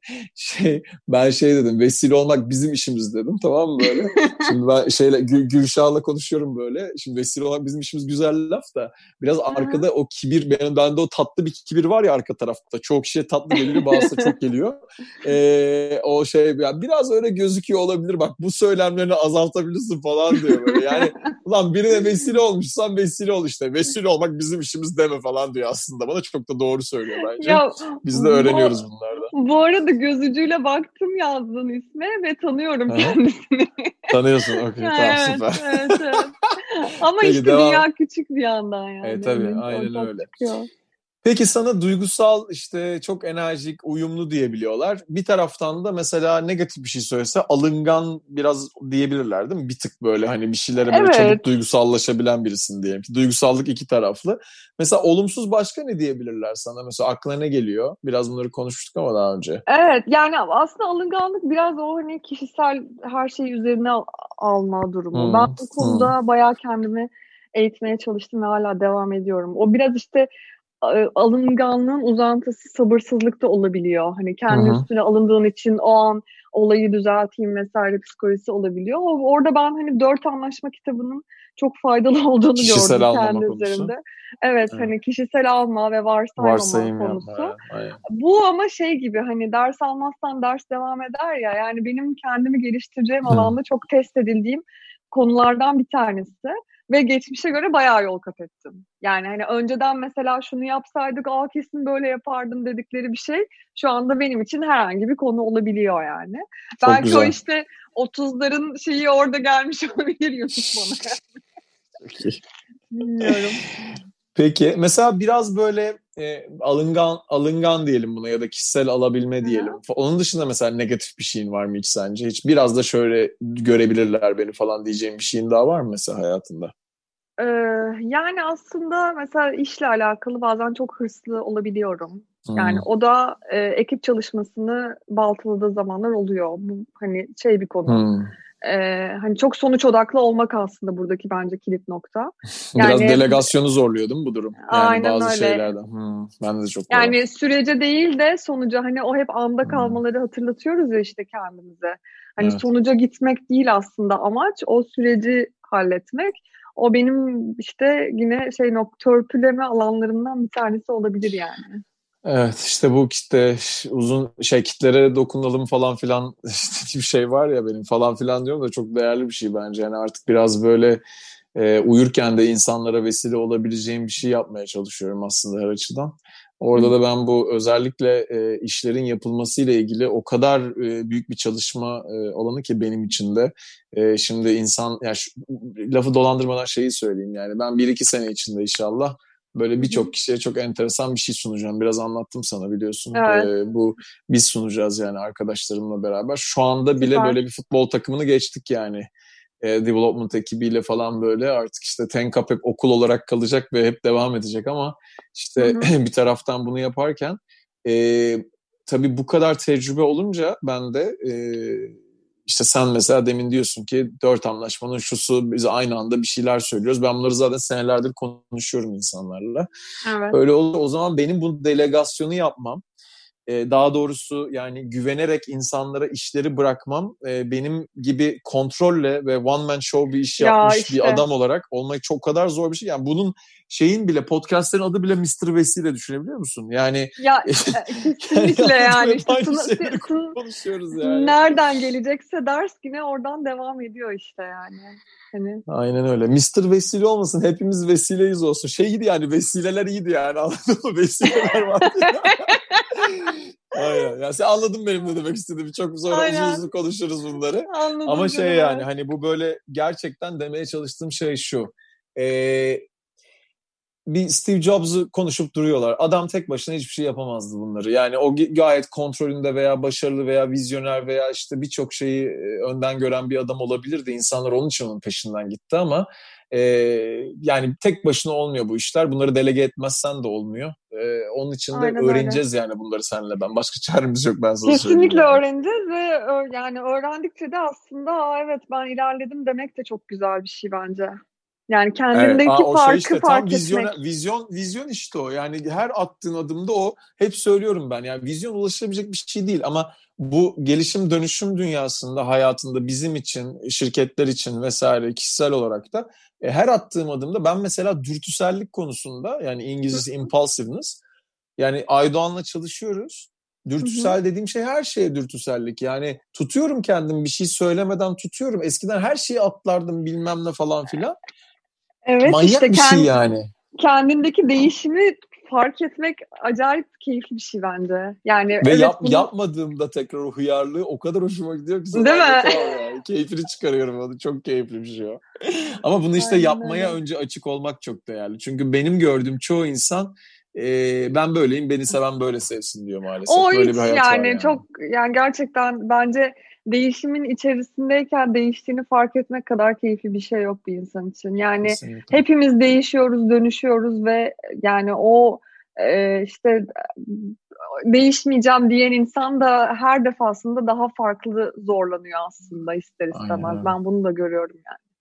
şey ben şey dedim, vesile olmak bizim işimiz dedim, tamam mı böyle. Şimdi ben şeyle Gül, Gülşah'la konuşuyorum böyle. Şimdi vesile olmak bizim işimiz güzel laf da biraz Aha. arkada o kibir, benim bende o tatlı bir kibir var ya arka tarafta. Çok kişiye tatlı geliyor, bazısı çok geliyor. Ee, o şey yani biraz öyle gözüküyor olabilir, bak bu söylemlerini azaltabilirsin falan diyor böyle. Yani ulan birine vesile olmuşsan vesile ol işte. Vesile olmak bizim işimiz deme falan diyor aslında. Bana çok da doğru söylüyor bence. Ya Biz de bu öğreniyoruz bunlardan. bu arada göz ucuyla baktım yazdığın isme ve tanıyorum Aha. kendisini. Tanıyorsun. Okey, tamam, Evet, süper. evet, evet. Ama Peki işte devam. dünya küçük bir yandan Evet yani. tabii, Hani aynen ortak öyle. çıkıyor. Peki sana duygusal, işte çok enerjik, uyumlu diyebiliyorlar. Bir taraftan da mesela negatif bir şey söylese alıngan biraz diyebilirler değil mi? Bir tık böyle hani bir şeylere böyle çabuk Evet, duygusallaşabilen birisin diyelim ki. Duygusallık iki taraflı. Mesela olumsuz başka ne diyebilirler sana? Mesela aklına ne geliyor? Biraz bunları konuşmuştuk ama daha önce. evet. Yani aslında alınganlık biraz o hani kişisel her şeyi üzerine al- alma durumu. Ben Hmm, bu hmm, konuda bayağı kendimi eğitmeye çalıştım ve hala devam ediyorum. O biraz işte alınganlığın uzantısı sabırsızlık da olabiliyor. Hani kendi Hı hı. üstüne alındığın için o an olayı düzelteyim vesaire psikolojisi olabiliyor. Orada ben hani Dört Anlaşma kitabının çok faydalı olduğunu Kişisel gördüm almama kendi konusu. üzerimde. Evet, Evet. hani kişisel alma ve varsaymama Varsayım konusu. yapma. Aynen. Bu ama şey gibi, hani ders almazsan ders devam eder ya. Yani benim kendimi geliştireceğim Hı. alanda çok test edildiğim konulardan bir tanesi. Ve geçmişe göre bayağı yol kat ettim. Yani hani önceden mesela şunu yapsaydık aa kesin böyle yapardım dedikleri bir şey şu anda benim için herhangi bir konu olabiliyor yani. Çok Belki güzel. o işte otuzların şeyi orada gelmiş olabilir Yunus bana. Çok iyi. Bilmiyorum. Peki mesela biraz böyle e, alıngan alıngan diyelim buna ya da kişisel alabilme diyelim. Hı-hı. Onun dışında mesela negatif bir şeyin var mı hiç sence? Hiç biraz da şöyle görebilirler beni falan diyeceğim bir şeyin daha var mı mesela hayatında? Ee, yani aslında mesela işle alakalı bazen çok hırslı olabiliyorum. Yani Hmm. o da e, ekip çalışmasını baltaladığı zamanlar oluyor. Bu hani şey bir konu. Hmm. Ee, hani çok sonuç odaklı olmak aslında buradaki bence kilit nokta. Biraz Yani delegasyonu zorluyor değil mi bu durum? Yani aynen bazı öyle. şeylerden. Hmm. Bende de çok var. Yani sürece değil de sonuca, hani o hep anda Hmm. kalmaları hatırlatıyoruz ya işte kendimize. Hani Evet. sonuca gitmek değil aslında amaç, o süreci halletmek. O benim işte yine şey nok törpüleme alanlarından bir tanesi olabilir yani. Evet işte bu kitle uzun şey kitlere dokunalım falan filan işte bir şey var ya benim falan filan diyorum da çok değerli bir şey bence. Yani artık biraz böyle e, uyurken de insanlara vesile olabileceğim bir şey yapmaya çalışıyorum aslında her açıdan. Orada da ben bu özellikle e, işlerin yapılmasıyla ilgili o kadar e, büyük bir çalışma e, alanı ki benim için de. E, şimdi insan yani şu, lafı dolandırmadan şeyi söyleyeyim yani ben bir iki sene içinde inşallah böyle birçok kişiye çok enteresan bir şey sunacağım. Biraz anlattım sana biliyorsun. Evet, Ee, bu biz sunacağız yani arkadaşlarımla beraber. Şu anda bile süper. böyle bir futbol takımını geçtik yani. Ee, development ekibiyle falan böyle artık işte Tenkap hep okul olarak kalacak ve hep devam edecek ama Hı işte hı. bir taraftan bunu yaparken e, tabii bu kadar tecrübe olunca ben de e, işte sen mesela demin diyorsun ki dört anlaşmanın şusu biz aynı anda bir şeyler söylüyoruz. Ben bunları zaten senelerdir konuşuyorum insanlarla. Evet. Öyle olur. O zaman benim bu delegasyonu yapmam, e, daha doğrusu yani güvenerek insanlara işleri bırakmam, e, benim gibi kontrolle ve one man show bir iş Ya yapmış bir işte. adam olarak olmak çok kadar zor bir şey. Yani bunun şeyin bile podcastlerin adı bile mister Vesile düşünebiliyor musun? Yani Ya e, kesinlikle yani hep işte aynı sını, şeyleri sını, konuşuyoruz yani. nereden gelecekse ders yine oradan devam ediyor işte yani. Hani. Aynen öyle. mister Vesile olmasın. Hepimiz vesileyiz olsun. Şey iyiydi yani. Vesileler iyiydi yani. Anladın mı? Vesileler vardı. Aynen. Yani sen anladın benim ne demek istediğimi. Çok sonra uzun uzun Aynen. konuşuruz bunları. Ama Anladım şey canım, yani evet. hani bu böyle gerçekten demeye çalıştığım şey şu. Ee, bir Steve Jobs'u konuşup duruyorlar. Adam tek başına hiçbir şey yapamazdı bunları. Yani o gayet kontrolünde veya başarılı veya vizyoner veya işte birçok şeyi önden gören bir adam olabilirdi. İnsanlar onun için onun peşinden gitti ama e, yani tek başına olmuyor bu işler. Bunları delege etmezsen de olmuyor. E, onun için de Aynen öyle. öğreneceğiz yani bunları seninle ben. Başka çaremiz yok ben sana söyleyeyim Kesinlikle yani. öğreneceğiz ve ö- yani öğrendikçe de aslında aa, evet ben ilerledim demek de çok güzel bir şey bence. Yani Evet, aa, kendindeki o şey farkı işte tam fark vizyon etmek. vizyon vizyon işte o. Yani her attığın adımda o hep söylüyorum ben. Yani vizyon ulaşılabilecek bir şey değil ama bu gelişim dönüşüm dünyasında hayatında bizim için, şirketler için vesaire kişisel olarak da e, her attığım adımda ben mesela dürtüsellik konusunda yani Hı İngilizcesi impulsiveness yani Aydoğan'la çalışıyoruz. hı. Dürtüsel dediğim şey her şeye dürtüsellik. Yani tutuyorum kendimi bir şey söylemeden tutuyorum. Eskiden her şeyi atlardım bilmem ne falan filan. Evet işte Manyak bir şey kend, yani. kendindeki değişimi fark etmek acayip keyifli bir şey bence. Yani Ve evet yap, bunun, yapmadığımda tekrar o hıyarlığı o kadar hoşuma gidiyor ki sana değil mi? anlatamam yani. Keyfini çıkarıyorum onu. Çok keyifli bir şey o. Ama bunu işte Aynen yapmaya öyle. önce açık olmak çok değerli. Çünkü benim gördüğüm çoğu insan e, ben böyleyim beni seven böyle sevsin diyor O maalesef. Böyle bir hiç hayat var yani yani. çok yani gerçekten bence değişimin içerisindeyken değiştiğini fark etmek kadar keyifli bir şey yok bir insan için. Yani Kesinlikle. hepimiz değişiyoruz, dönüşüyoruz ve yani o e, işte değişmeyeceğim diyen insan da her defasında daha farklı zorlanıyor aslında ister Aynen istemez. öyle. Ben bunu da görüyorum yani.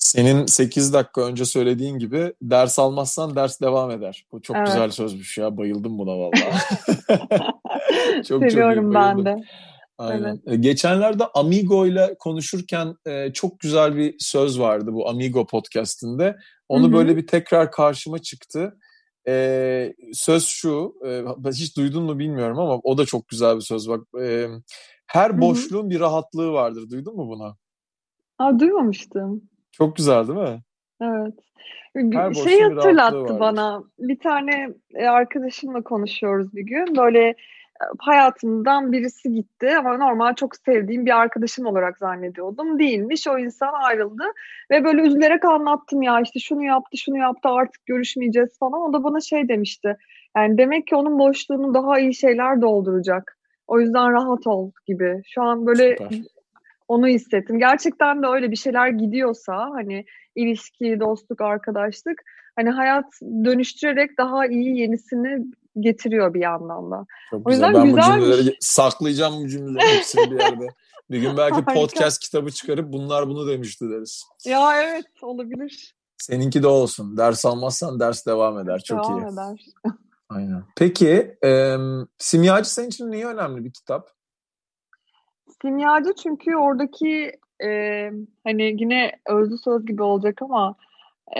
Senin sekiz dakika önce söylediğin gibi ders almazsan ders devam eder. Bu çok Evet. güzel sözmüş ya. Bayıldım buna vallahi. Çok çok iyi. Seviyorum ben Bayıldım. de. Aynen. Evet. Geçenlerde Amigo ile konuşurken e, çok güzel bir söz vardı bu Amigo podcast'inde. Onu Hı hı. böyle bir tekrar karşıma çıktı. E, söz şu, e, hiç duydun mu bilmiyorum ama o da çok güzel bir söz. Bak, e, her Hı hı. boşluğun bir rahatlığı vardır. Duydun mu bunu? Aa, duymamıştım. Çok güzel değil mi? Evet. Her Bir şey boşluğun bir rahatlığı hatırlattı vardır. bana. Bir tane e, arkadaşımla konuşuyoruz bir gün. Böyle e, hayatımdan birisi gitti ama normal çok sevdiğim bir arkadaşım olarak zannediyordum. Değilmiş. O insan ayrıldı. Ve böyle üzülerek anlattım ya işte şunu yaptı, şunu yaptı artık görüşmeyeceğiz falan. O da bana şey demişti. Yani demek ki onun boşluğunu daha iyi şeyler dolduracak. O yüzden rahat ol gibi. Şu an böyle Süper. onu hissettim. Gerçekten de öyle bir şeyler gidiyorsa hani ilişki, dostluk, arkadaşlık hani hayat dönüştürerek daha iyi yenisini getiriyor bir yandan da. Çok O güzel. yüzden Ben bu güzelmiş. cümleleri saklayacağım, bu cümlelerin hepsini bir yerde. Bir gün belki Harika. podcast kitabı çıkarıp bunlar bunu demişti deriz. Ya evet olabilir. Seninki de olsun. Ders almazsan ders devam eder. Çok Devam iyi. eder. Aynen. Peki e, Simyacı senin için niye önemli bir kitap? Simyacı çünkü oradaki e, hani yine özlü söz gibi olacak ama e,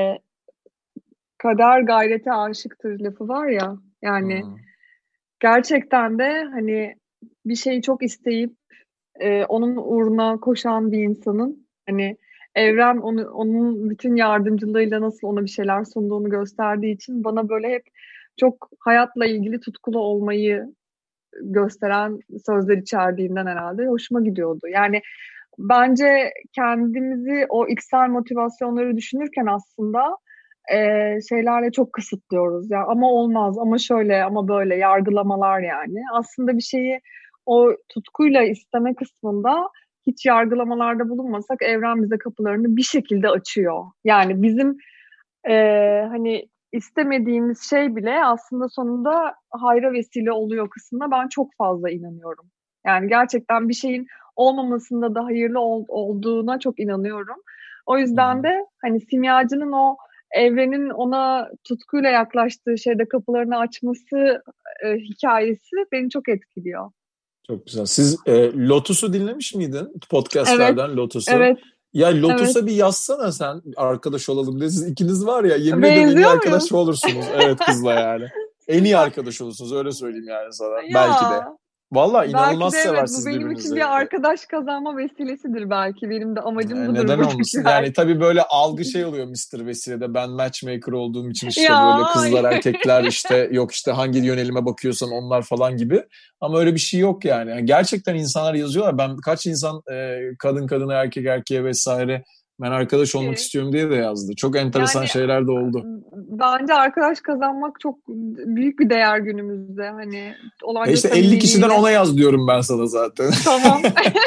kader gayrete aşıktır lafı var ya yani Hmm. gerçekten de hani bir şeyi çok isteyip e, onun uğruna koşan bir insanın hani evren onu, onun bütün yardımcılığıyla nasıl ona bir şeyler sunduğunu gösterdiği için bana böyle hep çok hayatla ilgili tutkulu olmayı gösteren sözler içerdiğinden herhalde hoşuma gidiyordu. Yani bence kendimizi o içsel motivasyonları düşünürken aslında e, şeylerle çok kısıtlıyoruz. Ya ama olmaz, ama şöyle, ama böyle yargılamalar yani. Aslında bir şeyi o tutkuyla isteme kısmında hiç yargılamalarda bulunmasak evren bize kapılarını bir şekilde açıyor. Yani bizim e, hani istemediğimiz şey bile aslında sonunda hayra vesile oluyor kısmına ben çok fazla inanıyorum. Yani gerçekten bir şeyin olmamasında da hayırlı ol, olduğuna çok inanıyorum. O yüzden Hmm. de hani simyacının o evrenin ona tutkuyla yaklaştığı şeyde kapılarını açması e, hikayesi beni çok etkiliyor. Çok güzel. Siz e, Lotus'u dinlemiş miydin? Podcastlerden Evet, Lotus'u. evet, Ya evet. Lotus'a bir yazsana sen, arkadaş olalım diye. Siz ikiniz var ya, yemin ediyorum en iyi Benziyor arkadaş muyuz? olursunuz. Evet, kızla yani. En iyi Süper. arkadaş olursunuz, öyle söyleyeyim yani sana. Belki de. Ya. Vallahi Belki inanılmaz de evet bu seversiniz benim için birbirinizi. bir arkadaş kazanma vesilesidir belki. Benim de amacım E, budur neden buradaki olmasın? her. Yani tabii böyle algı şey oluyor mister Vesile'de. Ben matchmaker olduğum için işte Ya. böyle kızlar erkekler işte yok işte hangi yönelime bakıyorsan onlar falan gibi. Ama öyle bir şey yok yani. Yani gerçekten insanlar yazıyorlar. Ben kaç insan e, kadın kadına erkek erkeğe vesaire ben arkadaş olmak Ki, istiyorum diye de yazdı. Çok enteresan yani şeyler de oldu. bence arkadaş kazanmak çok büyük bir değer günümüzde. Hani E olanca işte elli kişiden samimiliğiyle. ona yaz diyorum ben sana zaten. Tamam.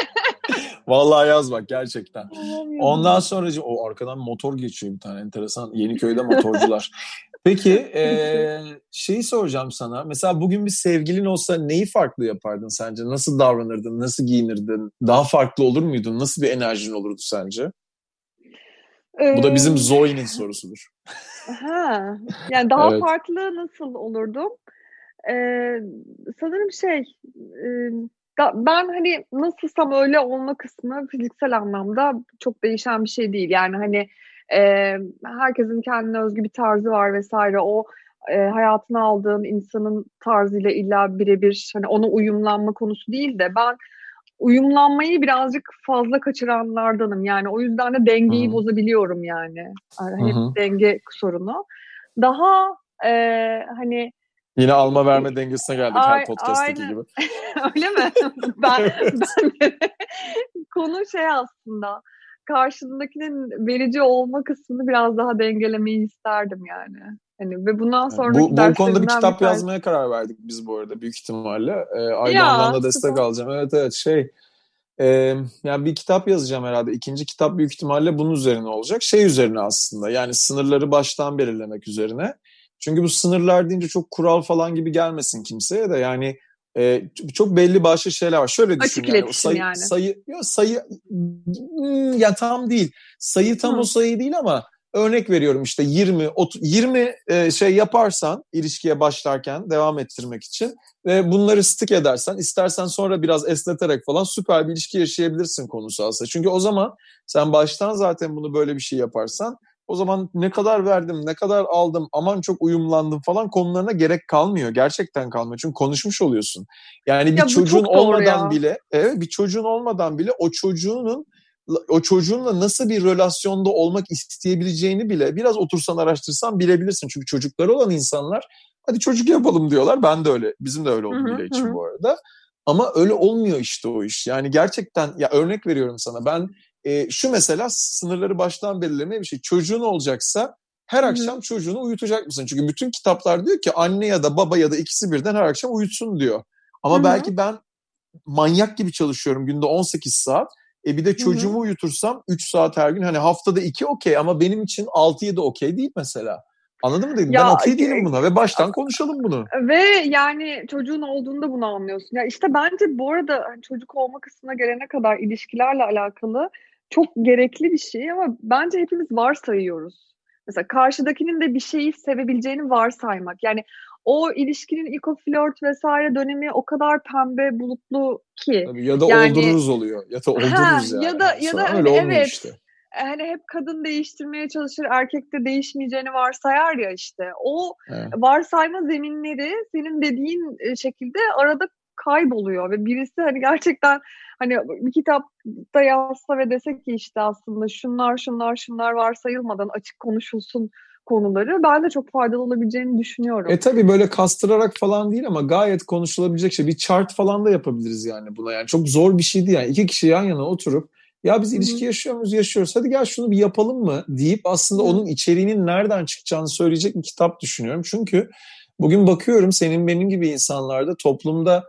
Vallahi yaz bak gerçekten. Tamam Ondan yazayım. sonra o arkadan motor geçiyor bir tane enteresan. Yeniköy'de motorcular. Peki e, şeyi soracağım sana. Mesela bugün bir sevgilin olsa neyi farklı yapardın sence? Nasıl davranırdın? Nasıl giyinirdin? Daha farklı olur muydun? Nasıl bir enerjin olurdu sence? Bu da bizim Ee, Zoe'nin sorusudur. ha, yani daha Evet. farklı nasıl olurdum? Ee, sanırım şey e, da, ben hani nasılsam öyle olma kısmı fiziksel anlamda çok değişen bir şey değil. Yani hani e, herkesin kendine özgü bir tarzı var vesaire. O e, hayatına aldığın insanın tarzıyla illa birebir hani ona uyumlanma konusu değil de ben uyumlanmayı birazcık fazla kaçıranlardanım. Yani o yüzden de dengeyi Hı-hı. bozabiliyorum yani. Yani hep Hı-hı. denge sorunu. Daha e, hani Yine alma verme dengesine geldik her Ay, podcast'taki aynen. gibi. Öyle mi? Ben, Evet. ben de konu şey aslında karşındakinin verici olma kısmını biraz daha dengelemeyi isterdim yani. Hani ve bundan sonraki Bu, bu konuda bir derslerimden bir kitap tanesi. yazmaya karar verdik biz bu arada büyük ihtimalle. Ee, Aydoğan'dan Ya da destek süper. alacağım. Evet evet şey e, yani bir kitap yazacağım herhalde. İkinci kitap büyük ihtimalle bunun üzerine olacak. Şey üzerine aslında yani sınırları baştan belirlemek üzerine. Çünkü bu sınırlar deyince çok kural falan gibi gelmesin kimseye de yani e, çok belli başlı şeyler var. Şöyle düşün Açık yani, o iletişim sayı, yani. sayı, ya sayı hmm, ya tam değil. Sayı tam Hı. o sayı değil ama örnek veriyorum işte yirmi, otuz, yirmi e, şey yaparsan ilişkiye başlarken devam ettirmek için ve bunları stick edersen, istersen sonra biraz esneterek falan süper bir ilişki yaşayabilirsin konusu aslında. Çünkü o zaman sen baştan zaten bunu böyle bir şey yaparsan, o zaman ne kadar verdim, ne kadar aldım, aman çok uyumlandım falan konularına gerek kalmıyor. Gerçekten kalmıyor. Çünkü konuşmuş oluyorsun. Yani bir Ya bu çocuğun çok doğru olmadan ya. bile, evet, bir çocuğun olmadan bile o çocuğunun o çocuğunla nasıl bir relasyonda olmak isteyebileceğini bile biraz otursan araştırsan bilebilirsin. Çünkü çocukları olan insanlar hadi çocuk yapalım diyorlar. Ben de öyle. Bizim de öyle Hı oldu hı bile hı. için bu arada. Ama öyle olmuyor işte o iş. Yani gerçekten, ya örnek veriyorum sana. Ben e, şu mesela sınırları baştan belirlemeye bir şey. Çocuğun olacaksa her Hı hı. akşam çocuğunu uyutacak mısın? Çünkü bütün kitaplar diyor ki anne ya da baba ya da ikisi birden her akşam uyutsun diyor. Ama Hı hı. belki ben manyak gibi çalışıyorum günde on sekiz saat. E bir de Hı hı. çocuğumu uyutursam üç saat her gün. Hani haftada iki okey ama benim için altı yedi okey değil mesela. Anladın mı dedim? Ben Ya okey değilim buna ve baştan konuşalım bunu. ve yani çocuğun olduğunda bunu anlıyorsun. Ya işte bence bu arada hani çocuk olma kısmına gelene kadar ilişkilerle alakalı çok gerekli bir şey ama bence hepimiz varsayıyoruz. Mesela karşıdakinin de bir şeyi sevebileceğini varsaymak. Yani o ilişkinin ilk o flört vesaire dönemi o kadar pembe bulutlu ki. Tabii, ya da Yani oldururuz oluyor. Ya da ha oldururuz yani. ya da ya da Sonra hani öyle olmuyor evet işte. hani hep kadın değiştirmeye çalışır, erkek de değişmeyeceğini varsayar ya işte. O Evet. varsayma zeminleri senin dediğin e, şekilde arada kayboluyor ve birisi hani gerçekten hani bir kitapta yazsa ve dese ki işte aslında şunlar şunlar şunlar varsayılmadan açık konuşulsun konuları, ben de çok faydalı olabileceğini düşünüyorum. E tabii böyle kastırarak falan değil ama gayet konuşulabilecek şey. Bir chart falan da yapabiliriz yani buna. Yani çok zor bir şey değil yani. İki kişi yan yana oturup ya biz Hı hı. ilişki yaşıyor muyuz? Yaşıyoruz. Hadi gel şunu bir yapalım mı deyip aslında Hı. onun içeriğinin nereden çıkacağını söyleyecek bir kitap düşünüyorum. Çünkü bugün bakıyorum senin benim gibi insanlarda toplumda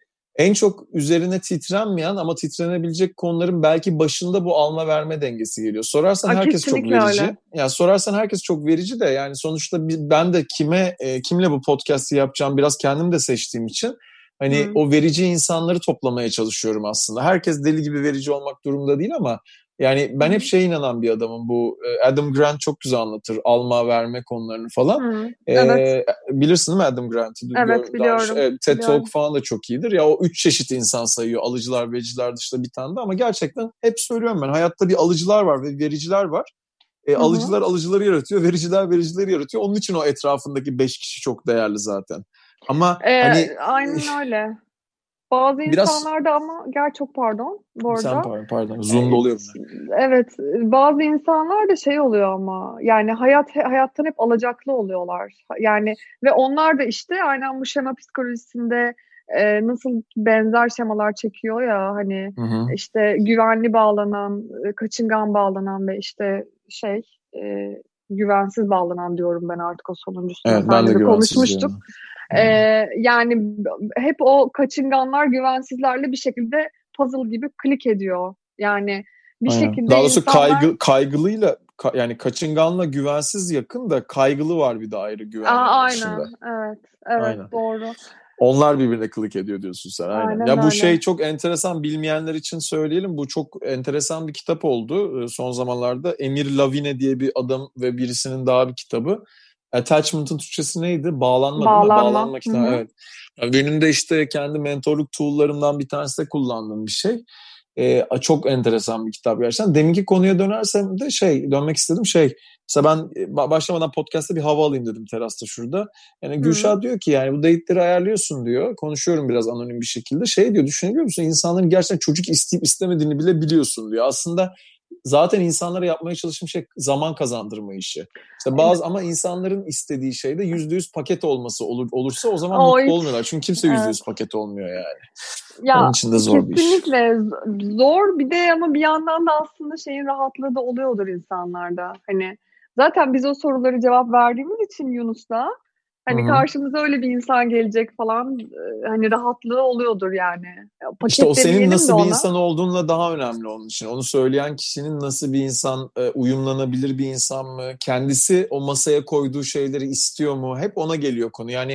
en çok üzerine titrenmeyen ama titrenebilecek konuların belki başında bu alma verme dengesi geliyor. Sorarsan Aa, herkes çok kesinlikle verici. öyle. Yani sorarsan herkes çok verici de yani sonuçta ben de kime e, kimle bu podcast'i yapacağım biraz kendim de seçtiğim için hani Hı. o verici insanları toplamaya çalışıyorum aslında. Herkes deli gibi verici olmak durumunda değil ama yani Hı ben hep hı. şeye inanan bir adamım. Bu e, Adam Grant çok güzel anlatır alma verme konularını falan. Hı. Evet. E, bilirsin değil mi Adam Grant'ı? Evet, Daha önce, biliyorum. evet, TED Talk Biliyorum. falan da çok iyidir. Ya o üç çeşit insan sayıyor. Alıcılar, vericiler dışında bir tane de ama gerçekten hep söylüyorum ben. Hayatta bir alıcılar var ve vericiler var. E, Hı hı. alıcılar alıcıları yaratıyor, vericiler vericileri yaratıyor. Onun için o etrafındaki beş kişi çok değerli zaten. Ama hani Ee, aynen öyle. Bazı biraz insanlarda ama gel çok pardon bu sen arada. pardon pardon Zoom'da Ee, oluyor bunlar. evet, bazı insanlar da şey oluyor ama yani hayat hayattan hep alacaklı oluyorlar. Yani ve onlar da işte aynen bu şema psikolojisinde e, nasıl benzer şemalar çekiyor ya hani Hı hı. işte güvenli bağlanan, e, kaçıngan bağlanan ve işte şey e, güvensiz bağlanan diyorum ben artık o sonuncusuna. Evet, ben de Seninle de güvensiz konuşmuştuk. diyorum. Ee, Hı. yani hep o kaçınganlar güvensizlerle bir şekilde puzzle gibi klik ediyor. Yani bir Aynen. şekilde Daha doğrusu insanlar kaygı, kaygılıyla ka- yani kaçınganla güvensiz yakın da kaygılı var bir de ayrı Aa, güvenlinin dışında. aynen evet evet Aynen. doğru Onlar birbirine klik ediyor diyorsun sen. Aynen. aynen Ya bu öyle. şey çok enteresan, bilmeyenler için söyleyelim. Bu çok enteresan bir kitap oldu e, son zamanlarda. Emir Lavine diye bir adam ve birisinin daha bir kitabı. Attachment'ın Türkçesi neydi? Bağlanma değil mi? Bağlanma. Bağlanma Hı kitabı. hı. Evet. Yani benim de işte kendi mentorluk tool'larımdan bir tanesi de kullandığım bir şey. Ee, çok enteresan bir kitap gerçekten. Deminki konuya dönersem de şey, dönmek istedim şey. Mesela ben e, başlamadan podcast'ta bir hava alayım dedim terasta şurada. Yani Hı. Gülşah diyor ki yani bu date'leri ayarlıyorsun diyor. Konuşuyorum biraz anonim bir şekilde. Şey diyor, düşünebiliyor musun? İnsanların gerçekten çocuk isteyip istemediğini bile biliyorsun diyor. Aslında zaten insanlara yapmaya çalıştığım şey zaman kazandırma işi. İşte bazı ama insanların istediği şey de yüzde yüz paket olması olur, olursa o zaman O mutlu hiç olmuyorlar. Çünkü kimse yüzde yüz evet. paket olmuyor yani. Onun Ya için de zor bir iş. kesinlikle z- zor bir de ama bir yandan da aslında şeyin rahatlığı da oluyordur insanlarda. Hani zaten biz o soruları cevap verdiğimiz için Yunus'la Hı hani hı. karşımıza öyle bir insan gelecek falan e, hani rahatlığı oluyordur yani. Ya, İşte o paket senin demeyelim de nasıl bir ona. insan olduğunla daha önemli onun için. Onu söyleyen kişinin nasıl bir insan, e, uyumlanabilir bir insan mı? Kendisi o masaya koyduğu şeyleri istiyor mu? Hep ona geliyor konu. Yani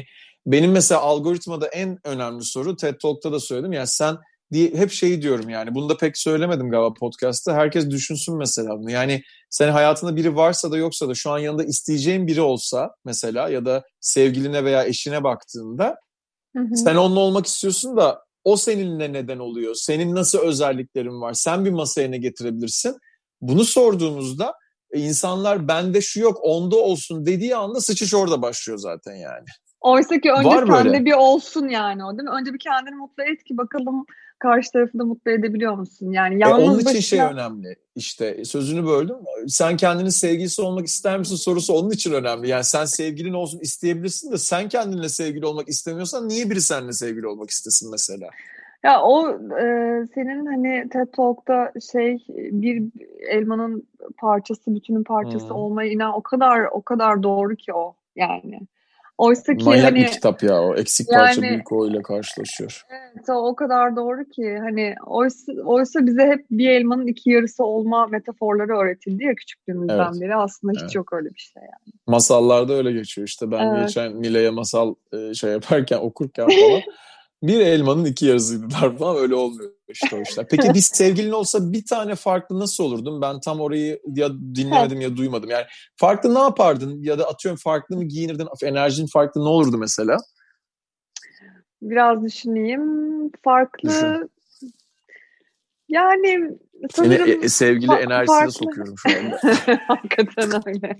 benim mesela algoritmada en önemli soru, TED Talk'ta da söyledim. Yani sen diye hep şeyi diyorum yani. Bunu da pek söylemedim galiba podcast'ta. Herkes düşünsün mesela bunu. Yani senin hayatında biri varsa da yoksa da şu an yanında isteyeceğin biri olsa mesela ya da sevgiline veya eşine baktığında Hı hı. sen onunla olmak istiyorsun da o seninle neden oluyor? Senin nasıl özelliklerin var? Sen bir masaya ne getirebilirsin? Bunu sorduğumuzda e, insanlar bende şu yok onda olsun dediği anda sıçış orada başlıyor zaten yani. Oysa ki önce Var böyle. sende bir olsun yani o, değil mi? Önce bir kendini mutlu et ki bakalım karşı tarafı da mutlu edebiliyor musun? Yani E, yalnız onun için başına... şey önemli. İşte sözünü böldüm. Sen kendinin sevgilisi olmak ister misin sorusu onun için önemli. Yani sen sevgilin olsun isteyebilirsin de sen kendinle sevgili olmak istemiyorsan niye biri seninle sevgili olmak istesin mesela? Ya o e, senin hani TED Talk'ta şey bir elmanın parçası, bütünün parçası Hmm. olmaya inan o kadar o kadar doğru ki o yani. Oysa ki Manyak bir hani kitap ya o. Eksik parça yani büyük o ile karşılaşıyor. evet, o, o kadar doğru ki hani oysa, oysa bize hep bir elmanın iki yarısı olma metaforları öğretildi ya küçüklüğümüzden Evet. beri. Aslında hiç Evet. yok öyle bir şey yani. Masallarda öyle geçiyor işte. Ben Evet. geçen Nile'ye masal e, şey yaparken okurken falan bir elmanın iki yarısıydılar falan, öyle olmuyor işte o işler. Peki bir sevgilin olsa bir tane farklı nasıl olurdun? Ben tam orayı ya dinlemedim ya duymadım. Yani farklı ne yapardın? Ya da atıyorum farklı mı giyinirdin? Enerjin farklı ne olurdu mesela? Biraz düşüneyim. Farklı Düşün. yani Seni e, sanırım e, sevgili fa- enerjisine farklı. sokuyorum şu anda. Hakikaten öyle.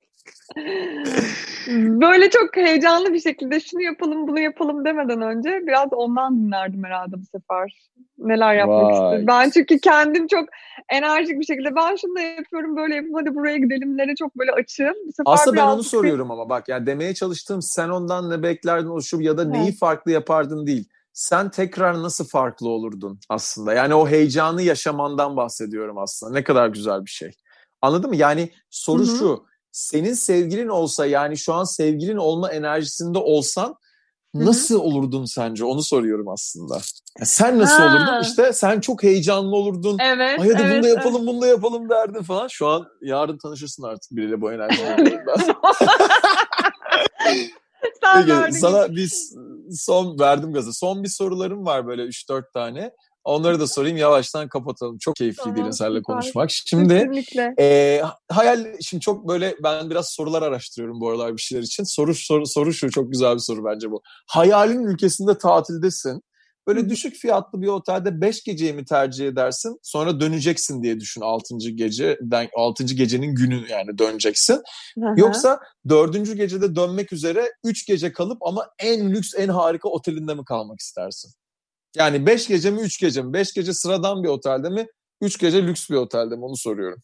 Böyle çok heyecanlı bir şekilde şunu yapalım bunu yapalım demeden önce biraz ondan dinlerdim herhalde bu sefer. Neler yapmak istedim. Vay. Ben çünkü kendim çok enerjik bir şekilde ben şunu da yapıyorum böyle yapayım hadi buraya gidelimlere çok böyle açığım. Bu sefer Aslında ben onu birazcık şey... soruyorum ama bak yani demeye çalıştığım sen ondan ne beklerdin o şu ya da neyi Evet. farklı yapardın değil. Sen tekrar nasıl farklı olurdun aslında? Yani o heyecanı yaşamandan bahsediyorum aslında. Ne kadar güzel bir şey. Anladın mı? Yani soru Hı-hı. şu. Senin sevgilin olsa yani şu an sevgilin olma enerjisinde olsan Hı-hı. nasıl olurdun sence? Onu soruyorum aslında. Ya sen nasıl olurdun? Ha. İşte sen çok heyecanlı olurdun. Evet, Ay hadi bunu evet, da evet. yapalım, bunu da yapalım derdin falan. Şu an yarın tanışırsın artık biriyle bu enerjide biliyorum ben. Sen Peki verdin gibi. sana bir son verdim gazı. Son bir sorularım var böyle üç dört tane. Onları da sorayım yavaştan kapatalım. Çok keyifliydi yine Tamam, seninle süper. konuşmak. Şimdi Kesinlikle. e, hayal şimdi çok böyle ben biraz sorular araştırıyorum bu aralar bir şeyler için. Soru soru, soru şu çok güzel bir soru bence bu. Hayalin ülkesinde tatildesin. Böyle düşük fiyatlı bir otelde beş geceyi mi tercih edersin? Sonra döneceksin diye düşün altıncı geceden altıncı gecenin günü yani döneceksin. Hı-hı. Yoksa dördüncü gecede dönmek üzere üç gece kalıp ama en lüks en harika otelinde mi kalmak istersin? Yani beş gece mi üç gece mi? beş gece sıradan bir otelde mi? üç gece lüks bir otelde mi? Onu soruyorum.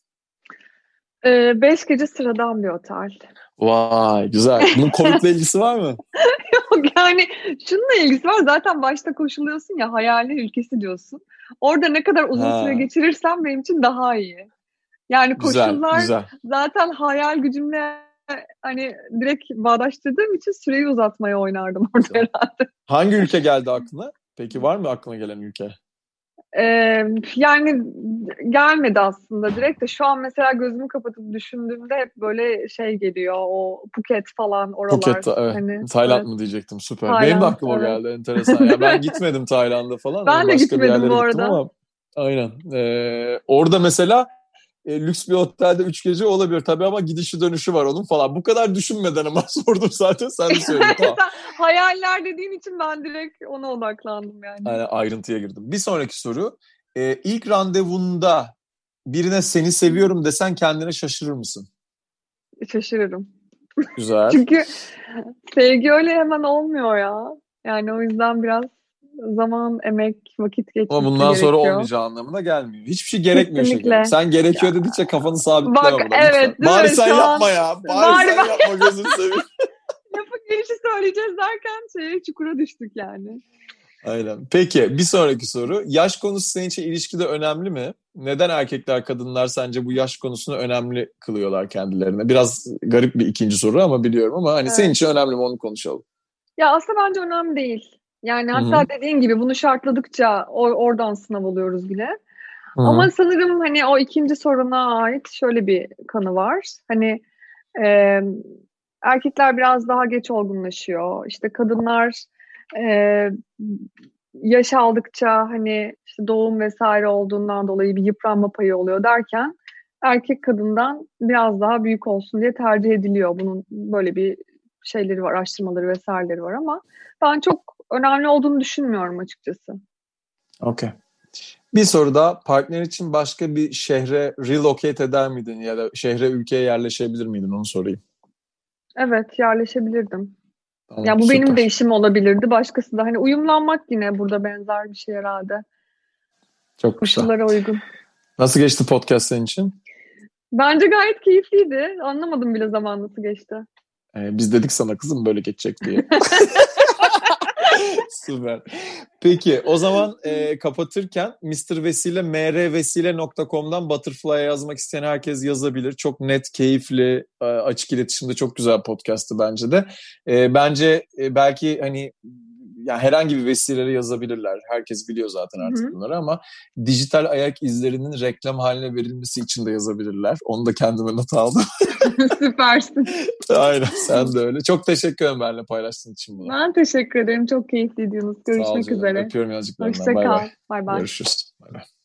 Ee, beş gece sıradan bir otel. Vay güzel. Bunun Covid'le ilgisi var mı? Yok yani şununla ilgisi var. Zaten başta koşuluyorsun ya hayalin ülkesi diyorsun. Orada ne kadar uzun süre Ha, geçirirsem benim için daha iyi. Yani güzel koşullar güzel. zaten hayal gücümle hani direkt bağdaştırdığım için süreyi uzatmaya oynardım orada Güzel. herhalde. Hangi ülke geldi aklına? Peki var mı aklına gelen ülke? Ee, yani gelmedi aslında direkt de şu an mesela gözümü kapatıp düşündüğümde hep böyle şey geliyor o Phuket falan oralar Phuket, evet. hani Tayland evet mı diyecektim, süper. Benim de Tayland aklıma evet. geldi, enteresan. Ya Değil ben mi? gitmedim Tayland'a falan, hani Ben de başka bir gitmedim yerlere bu gittim arada. ama aynen. Ee, orada mesela e, lüks bir otelde üç gece olabilir tabii ama gidişi dönüşü var onun falan. Bu kadar düşünmeden ama sordum zaten, sen de söyledin tamam. Sen hayaller dediğin için ben direkt ona odaklandım yani. Yani ayrıntıya girdim. Bir sonraki soru. Ee, ilk randevunda birine seni seviyorum desen kendine şaşırır mısın? Şaşırırım. Güzel. Çünkü sevgi öyle hemen olmuyor ya. Yani o yüzden biraz zaman, emek, vakit Ama geçmesi bundan sonra gerekiyor. olmayacağı anlamına gelmiyor. Hiçbir şey gerekmiyor şekerim. Kesinlikle. Sen gerekiyor Ya, dedikçe kafanı bak sabitleme buna lütfen. evet değil Bari mi? sen Şu yapma an ya. Bari bari sen ben yapma, gözünü seveyim. lafın gelişi söyleyeceğiz derken şeye çukura düştük yani. Aynen. Peki bir sonraki soru. Yaş konusu senin için ilişkide önemli mi? Neden erkekler kadınlar sence bu yaş konusunu önemli kılıyorlar kendilerine? Biraz garip bir ikinci soru ama biliyorum, ama hani senin Evet. için önemli mi, onu konuşalım. Ya aslında bence önemli değil. Yani Hı hatta hı. dediğin gibi bunu şartladıkça o, oradan sınav alıyoruz bile. Hı Ama hı. sanırım hani o ikinci soruna ait şöyle bir kanı var. Hani e, erkekler biraz daha geç olgunlaşıyor. İşte kadınlar e, yaş aldıkça hani işte doğum vesaire olduğundan dolayı bir yıpranma payı oluyor derken erkek kadından biraz daha büyük olsun diye tercih ediliyor. Bunun böyle bir şeyleri var, araştırmaları vesaireleri var ama ben çok önemli olduğunu düşünmüyorum açıkçası. Okey. Bir soru daha. Partner için başka bir şehre relocate eder miydin ya da şehre, ülkeye yerleşebilir miydin? Onu sorayım. Evet, yerleşebilirdim. Tamam, Ya bu süper. benim de işim olabilirdi. Başkası da hani uyumlanmak yine burada benzer bir şey herhalde. Çok güzel. Koşullara uygun. Nasıl geçti podcast senin için? Bence gayet keyifliydi. Anlamadım bile zaman nasıl geçti. Ee, biz dedik sana kızım böyle geçecek diye. Süper. Peki o zaman e, kapatırken mister Vesile m r vesile nokta com'dan Butterfly'a yazmak isteyen herkes yazabilir. Çok net, keyifli, e, açık iletişimde çok güzel podcast'tı bence de. E, bence e, belki hani yani herhangi bir vesileyle yazabilirler. Herkes biliyor zaten artık Hı-hı. bunları ama dijital ayak izlerinin reklam haline verilmesi için de yazabilirler. Onu da kendime not aldım. Süpersin. Aynen, sen de öyle. Çok teşekkür ederim benimle paylaştığın için bunu. Ben teşekkür ederim. Çok keyifliydi Yunus. Görüşmek Sağ ol canım. üzere. Öpüyorum yazıklarından. Hoşça Bay kal. bay. Bay bay. Görüşürüz. Bay bay.